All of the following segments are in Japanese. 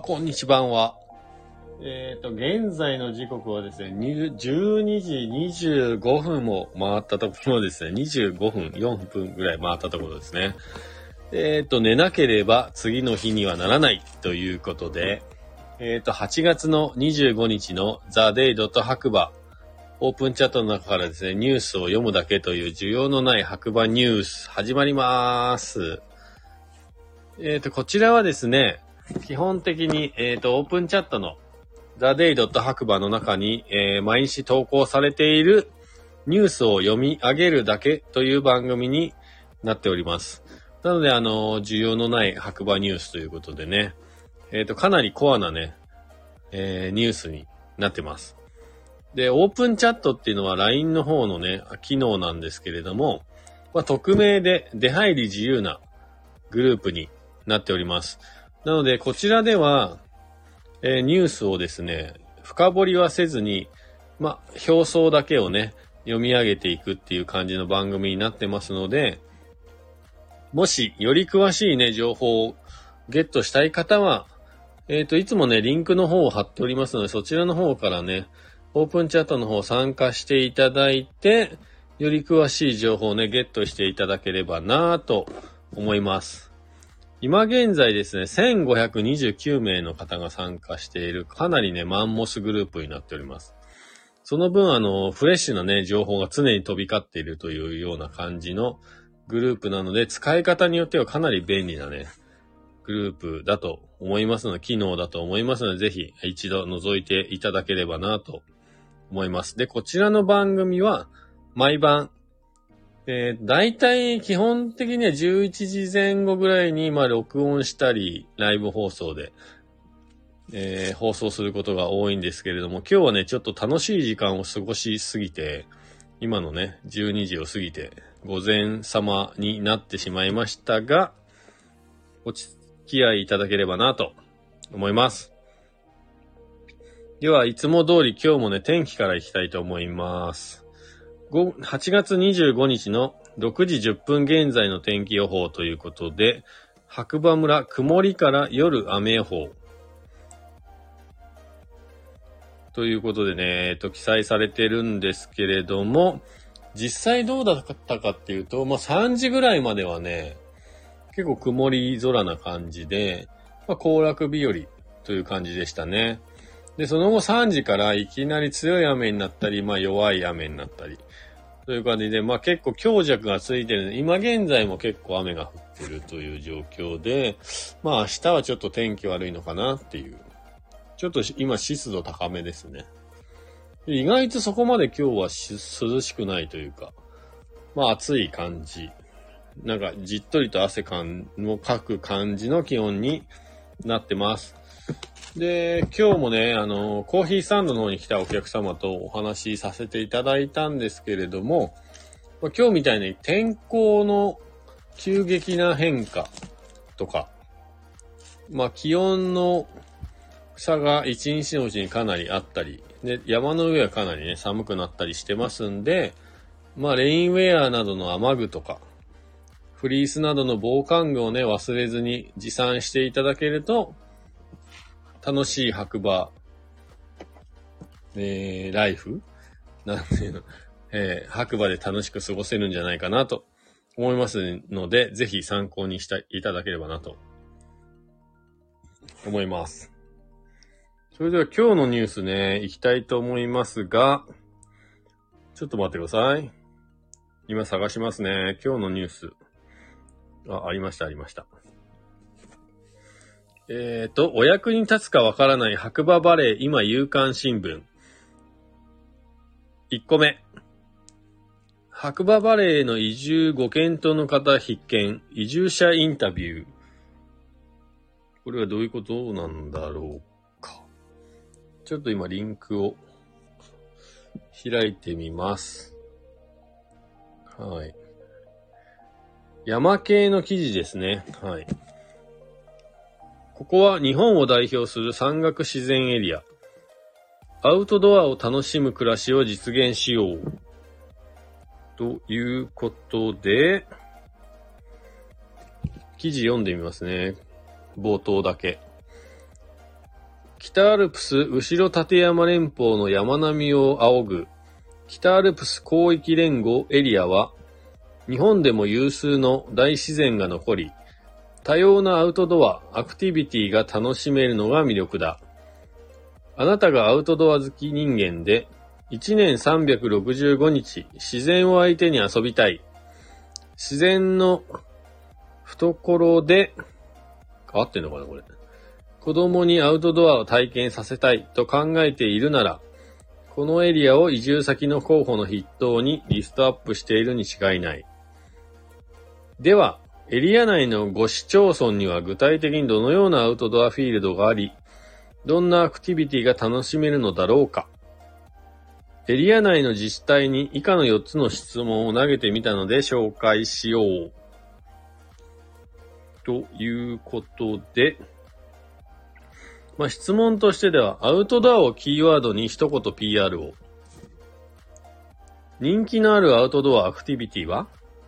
こんにちは。現在の時刻はですね、12時25分も回ったところですね、25分、4分ぐらい回ったところですね。寝なければ次の日にはならないということで、8月の25日のザ・デイ・白馬、オープンチャットの中からですね、ニュースを読むだけという需要のない白馬ニュース、始まります。こちらはですね、基本的に、オープンチャットのザ・デイ・白馬の中に、毎日投稿されているニュースを読み上げるだけという番組になっております。なので、需要のない白馬ニュースということでね、かなりコアなね、ニュースになってます。で、オープンチャットっていうのは LINE の方のね、機能なんですけれども、匿名で出入り自由なグループになっております。なので、こちらでは、ニュースをですね、深掘りはせずに、表層だけをね、読み上げていくっていう感じの番組になってますので、もし、より詳しいね、情報をゲットしたい方は、いつもね、リンクの方を貼っておりますので、そちらの方からね、オープンチャットの方参加していただいて、より詳しい情報をね、ゲットしていただければなぁと思います。今現在ですね、1529名の方が参加している、かなりね、マンモスグループになっております。その分、フレッシュなね、情報が常に飛び交っているというような感じのグループなので、使い方によってはかなり便利なね、グループだと思いますので、機能だと思いますので、ぜひ一度覗いていただければなと思います。で、こちらの番組は、毎晩、大体基本的には11時前後ぐらいに、録音したり、ライブ放送で、放送することが多いんですけれども、今日はね、ちょっと楽しい時間を過ごしすぎて、今のね、12時を過ぎて、午前様になってしまいましたが、お付き合いいただければなと思います。では、いつも通り今日もね、天気からいきたいと思います。8月25日の6時10分現在の天気予報ということで、白馬村曇りから夜雨予報。ということでね、記載されてるんですけれども、実際どうだったかっていうと、3時ぐらいまではね、結構曇り空な感じで、行楽日和という感じでしたね。で、その後3時からいきなり強い雨になったり、弱い雨になったり、という感じで、結構強弱がついてるので、今現在も結構雨が降ってるという状況で、明日はちょっと天気悪いのかなっていう。ちょっと今湿度高めですね。意外とそこまで今日は涼しくないというか、暑い感じ。なんかじっとりと汗もかく感じの気温になってます。で、今日もね、コーヒースタンドの方に来たお客様とお話しさせていただいたんですけれども、今日みたいに天候の急激な変化とか、気温の差が一日のうちにかなりあったり、で、山の上はかなりね、寒くなったりしてますんで、レインウェアなどの雨具とか、フリースなどの防寒具をね、忘れずに持参していただけると、楽しい白馬、ライフなんていうの、白馬で楽しく過ごせるんじゃないかなと思いますので、ぜひ参考にしていただければなと思います。それでは今日のニュースね、行きたいと思いますが、ちょっと待ってください。今探しますね。今日のニュース。ありました。お役に立つかわからない白馬バレー今夕刊新聞。1個目。白馬バレーの移住ご検討の方必見。移住者インタビュー。これはどういうことなんだろうか。ちょっと今リンクを開いてみます。はい。山系の記事ですね。はい。ここは日本を代表する山岳自然エリア。アウトドアを楽しむ暮らしを実現しよう。ということで、記事読んでみますね。冒頭だけ。 北アルプス後ろ立山連峰の山並みを仰ぐ北アルプス広域連合エリアは、日本でも有数の大自然が残り、多様なアウトドア、アクティビティが楽しめるのが魅力だ。あなたがアウトドア好き人間で、1年365日、自然を相手に遊びたい。自然の懐で、合ってんのかなこれ。子供にアウトドアを体験させたいと考えているなら、このエリアを移住先の候補の筆頭にリストアップしているに違いない。では、エリア内の5市町村には具体的にどのようなアウトドアフィールドがあり、どんなアクティビティが楽しめるのだろうか。エリア内の自治体に以下の4つの質問を投げてみたので紹介しよう。ということで、質問としてでは、アウトドアをキーワードに一言 PR を。人気のあるアウトドアアクティビティは？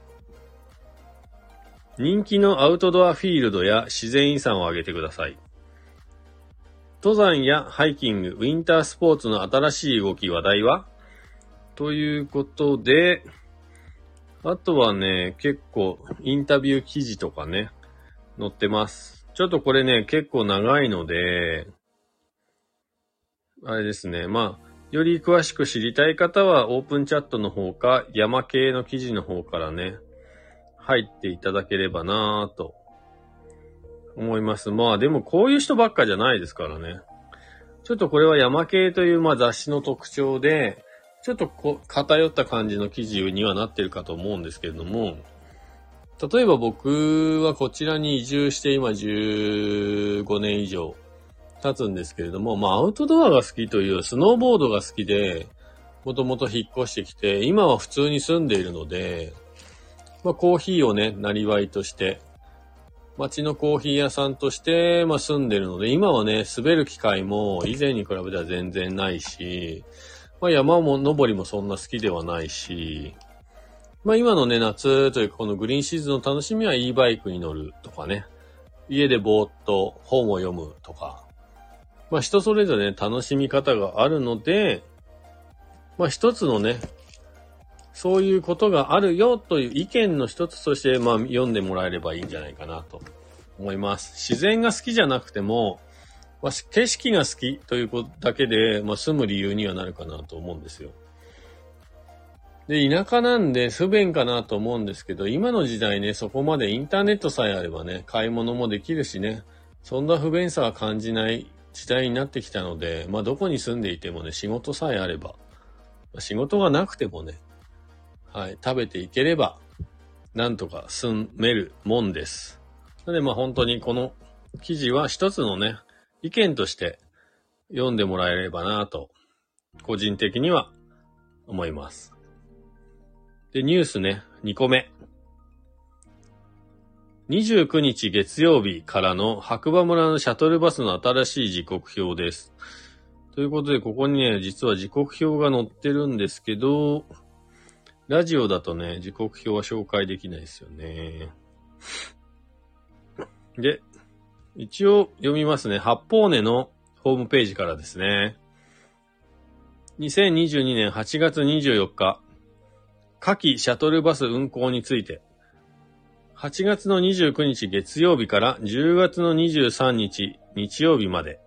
人気のアウトドアフィールドや自然遺産を挙げてください。登山やハイキング、ウィンタースポーツの新しい動き、話題は？ということで、あとはね、結構インタビュー記事とかね、載ってます。ちょっとこれね、結構長いので、あれですね。より詳しく知りたい方はオープンチャットの方か、山系の記事の方からね、入っていただければなぁと思います。でもこういう人ばっかじゃないですからね。ちょっとこれは山系という雑誌の特徴で、ちょっと偏った感じの記事にはなってるかと思うんですけれども、例えば僕はこちらに移住して今15年以上経つんですけれども、アウトドアが好きというスノーボードが好きで、もともと引っ越してきて、今は普通に住んでいるので、コーヒーをね、なりわいとして、街のコーヒー屋さんとして、住んでるので、今はね、滑る機会も以前に比べては全然ないし、山も登りもそんな好きではないし、今のね、夏というかこのグリーンシーズンの楽しみは e バイクに乗るとかね、家でぼーっと本を読むとか、人それぞれね、楽しみ方があるので、一つのね、そういうことがあるよという意見の一つとして、読んでもらえればいいんじゃないかなと思います。自然が好きじゃなくても、景色が好きということだけで、住む理由にはなるかなと思うんですよ。で、田舎なんで不便かなと思うんですけど、今の時代ね、そこまでインターネットさえあればね、買い物もできるしね、そんな不便さは感じない時代になってきたので、どこに住んでいてもね、仕事さえあれば、仕事がなくてもね、食べていければ、なんとか住めるもんです。なので本当にこの記事は一つのね、意見として読んでもらえればなと、個人的には思います。で、ニュースね、2個目。29日月曜日からの白馬村のシャトルバスの新しい時刻表です。ということで、ここにね、実は時刻表が載ってるんですけど、ラジオだとね、時刻表は紹介できないですよね。で、一応読みますね。八方根のホームページからですね。2022年8月24日、夏季シャトルバス運行について、8月の29日月曜日から10月の23日日曜日まで。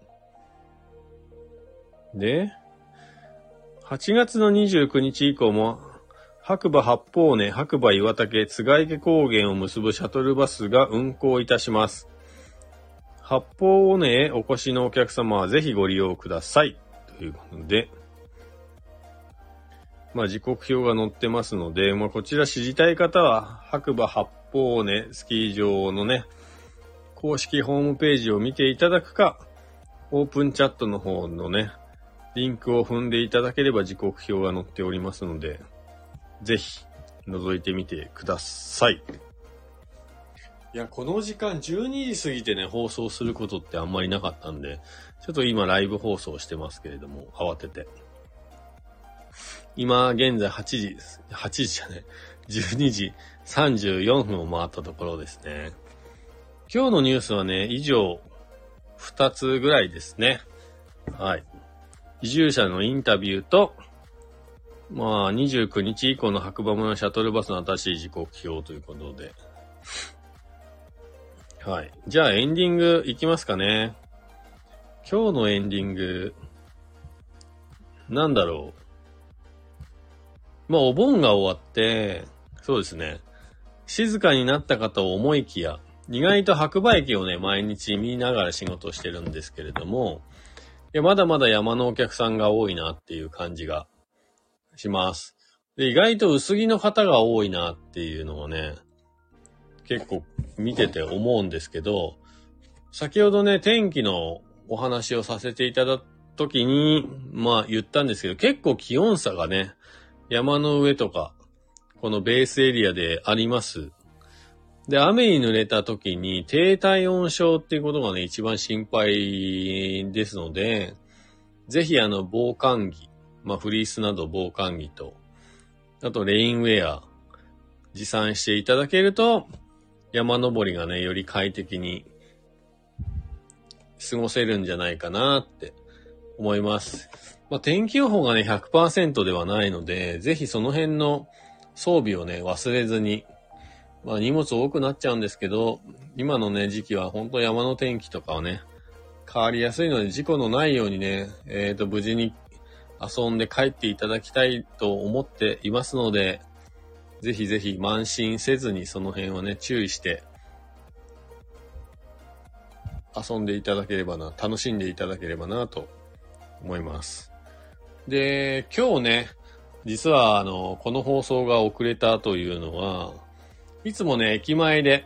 で、8月の29日以降も、白馬八方根、白馬岩岳、津軽池高原を結ぶシャトルバスが運行いたします。八方根へお越しのお客様はぜひご利用ください。ということで、時刻表が載ってますので、こちら知りたい方は、白馬八方根スキー場のね、公式ホームページを見ていただくか、オープンチャットの方のね、リンクを踏んでいただければ時刻表が載っておりますので、ぜひ覗いてみてください。いや、この時間12時過ぎてね、放送することってあんまりなかったんで、ちょっと今ライブ放送してますけれども、慌てて。今現在8時じゃね、12時34分を回ったところですね。今日のニュースはね、以上2つぐらいですね。 はい。移住者のインタビューと、29日以降の白馬村シャトルバスの新しい時刻表ということで。はい。じゃあエンディングいきますかね。今日のエンディング、なんだろう。お盆が終わって、そうですね。静かになったかと思いきや、意外と白馬駅をね、毎日見ながら仕事をしてるんですけれども、まだまだ山のお客さんが多いなっていう感じがします。で、意外と薄着の方が多いなっていうのをね、結構見てて思うんですけど、先ほどね、天気のお話をさせていただいた時に、言ったんですけど、結構気温差がね、山の上とか、このベースエリアであります。で、雨に濡れた時に低体温症っていうことがね、一番心配ですので、ぜひ防寒着、フリースなど防寒着と、あとレインウェア、持参していただけると、山登りがね、より快適に過ごせるんじゃないかなって思います。天気予報がね、100% ではないので、ぜひその辺の装備をね、忘れずに、荷物多くなっちゃうんですけど、今のね、時期は本当山の天気とかはね、変わりやすいので事故のないようにね、無事に遊んで帰っていただきたいと思っていますので、ぜひぜひ慢心せずにその辺はね、注意して遊んでいただければな、楽しんでいただければなと思います。で、今日ね、実はこの放送が遅れたというのは、いつもね、駅前で、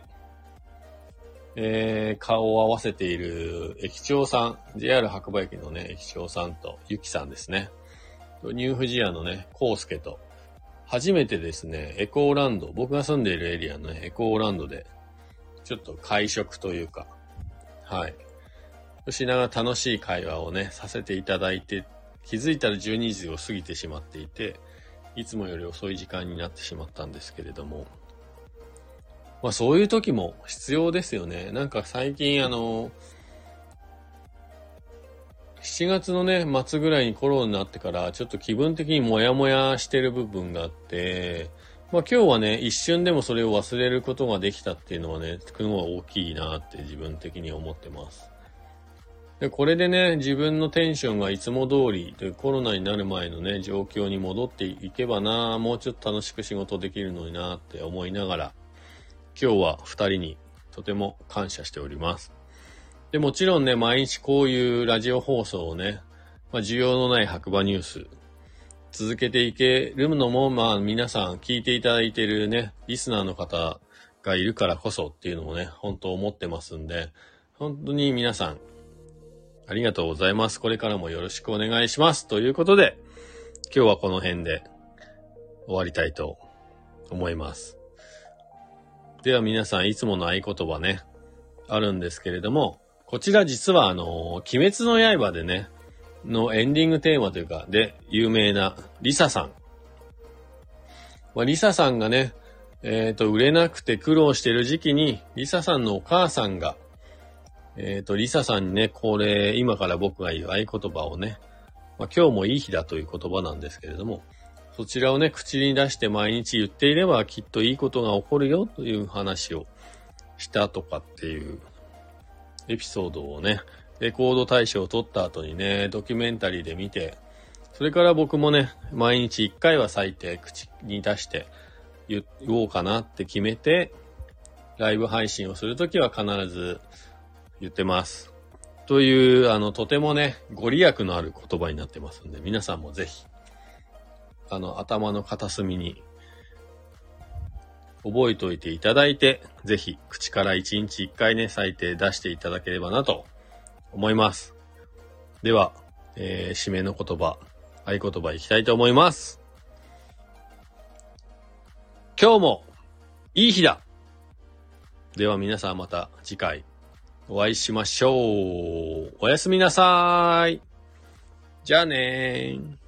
顔を合わせている駅長さん、JR 白馬駅のね、駅長さんとゆきさんですね。ニューフジアのね、コウスケと、初めてですね、エコーランド、僕が住んでいるエリアのね、エコーランドで、ちょっと会食というか、はい。しながら楽しい会話をね、させていただいて、気づいたら12時を過ぎてしまっていて、いつもより遅い時間になってしまったんですけれども、そういう時も必要ですよね。なんか最近7月のね、末ぐらいにコロナになってからちょっと気分的にモヤモヤしてる部分があって、今日はね、一瞬でもそれを忘れることができたっていうのはね、すごい大きいなって自分的に思ってます。で、これでね、自分のテンションがいつも通りというコロナになる前のね、状況に戻っていけばな、もうちょっと楽しく仕事できるのになって思いながら、今日は二人にとても感謝しております。で、もちろんね、毎日こういうラジオ放送をね、需要のない白馬ニュース、続けていけるのも、皆さん聞いていただいているね、リスナーの方がいるからこそっていうのもね、本当思ってますんで、本当に皆さん、ありがとうございます。これからもよろしくお願いします。ということで、今日はこの辺で終わりたいと思います。では皆さんいつもの合言葉ね、あるんですけれども、こちら実は鬼滅の刃でね、のエンディングテーマというか、で、有名なリサさん。リサさんがね、売れなくて苦労している時期に、リサさんのお母さんが、リサさんにね、これ、今から僕が言う合言葉をね、今日もいい日だという言葉なんですけれども、そちらをね、口に出して毎日言っていればきっといいことが起こるよという話をしたとかっていうエピソードをね、レコード大賞を取った後にね、ドキュメンタリーで見て、それから僕もね、毎日1回は最低口に出して言おうかなって決めて、ライブ配信をするときは必ず言ってます。という、とてもね、ご利益のある言葉になってますんで、皆さんもぜひ、頭の片隅に覚えておいていただいて、ぜひ口から1日1回ね、最低出していただければなと思います。では、締めの言葉、合言葉いきたいと思います。今日もいい日だ。では皆さんまた次回お会いしましょう。おやすみなさーい。じゃあねー。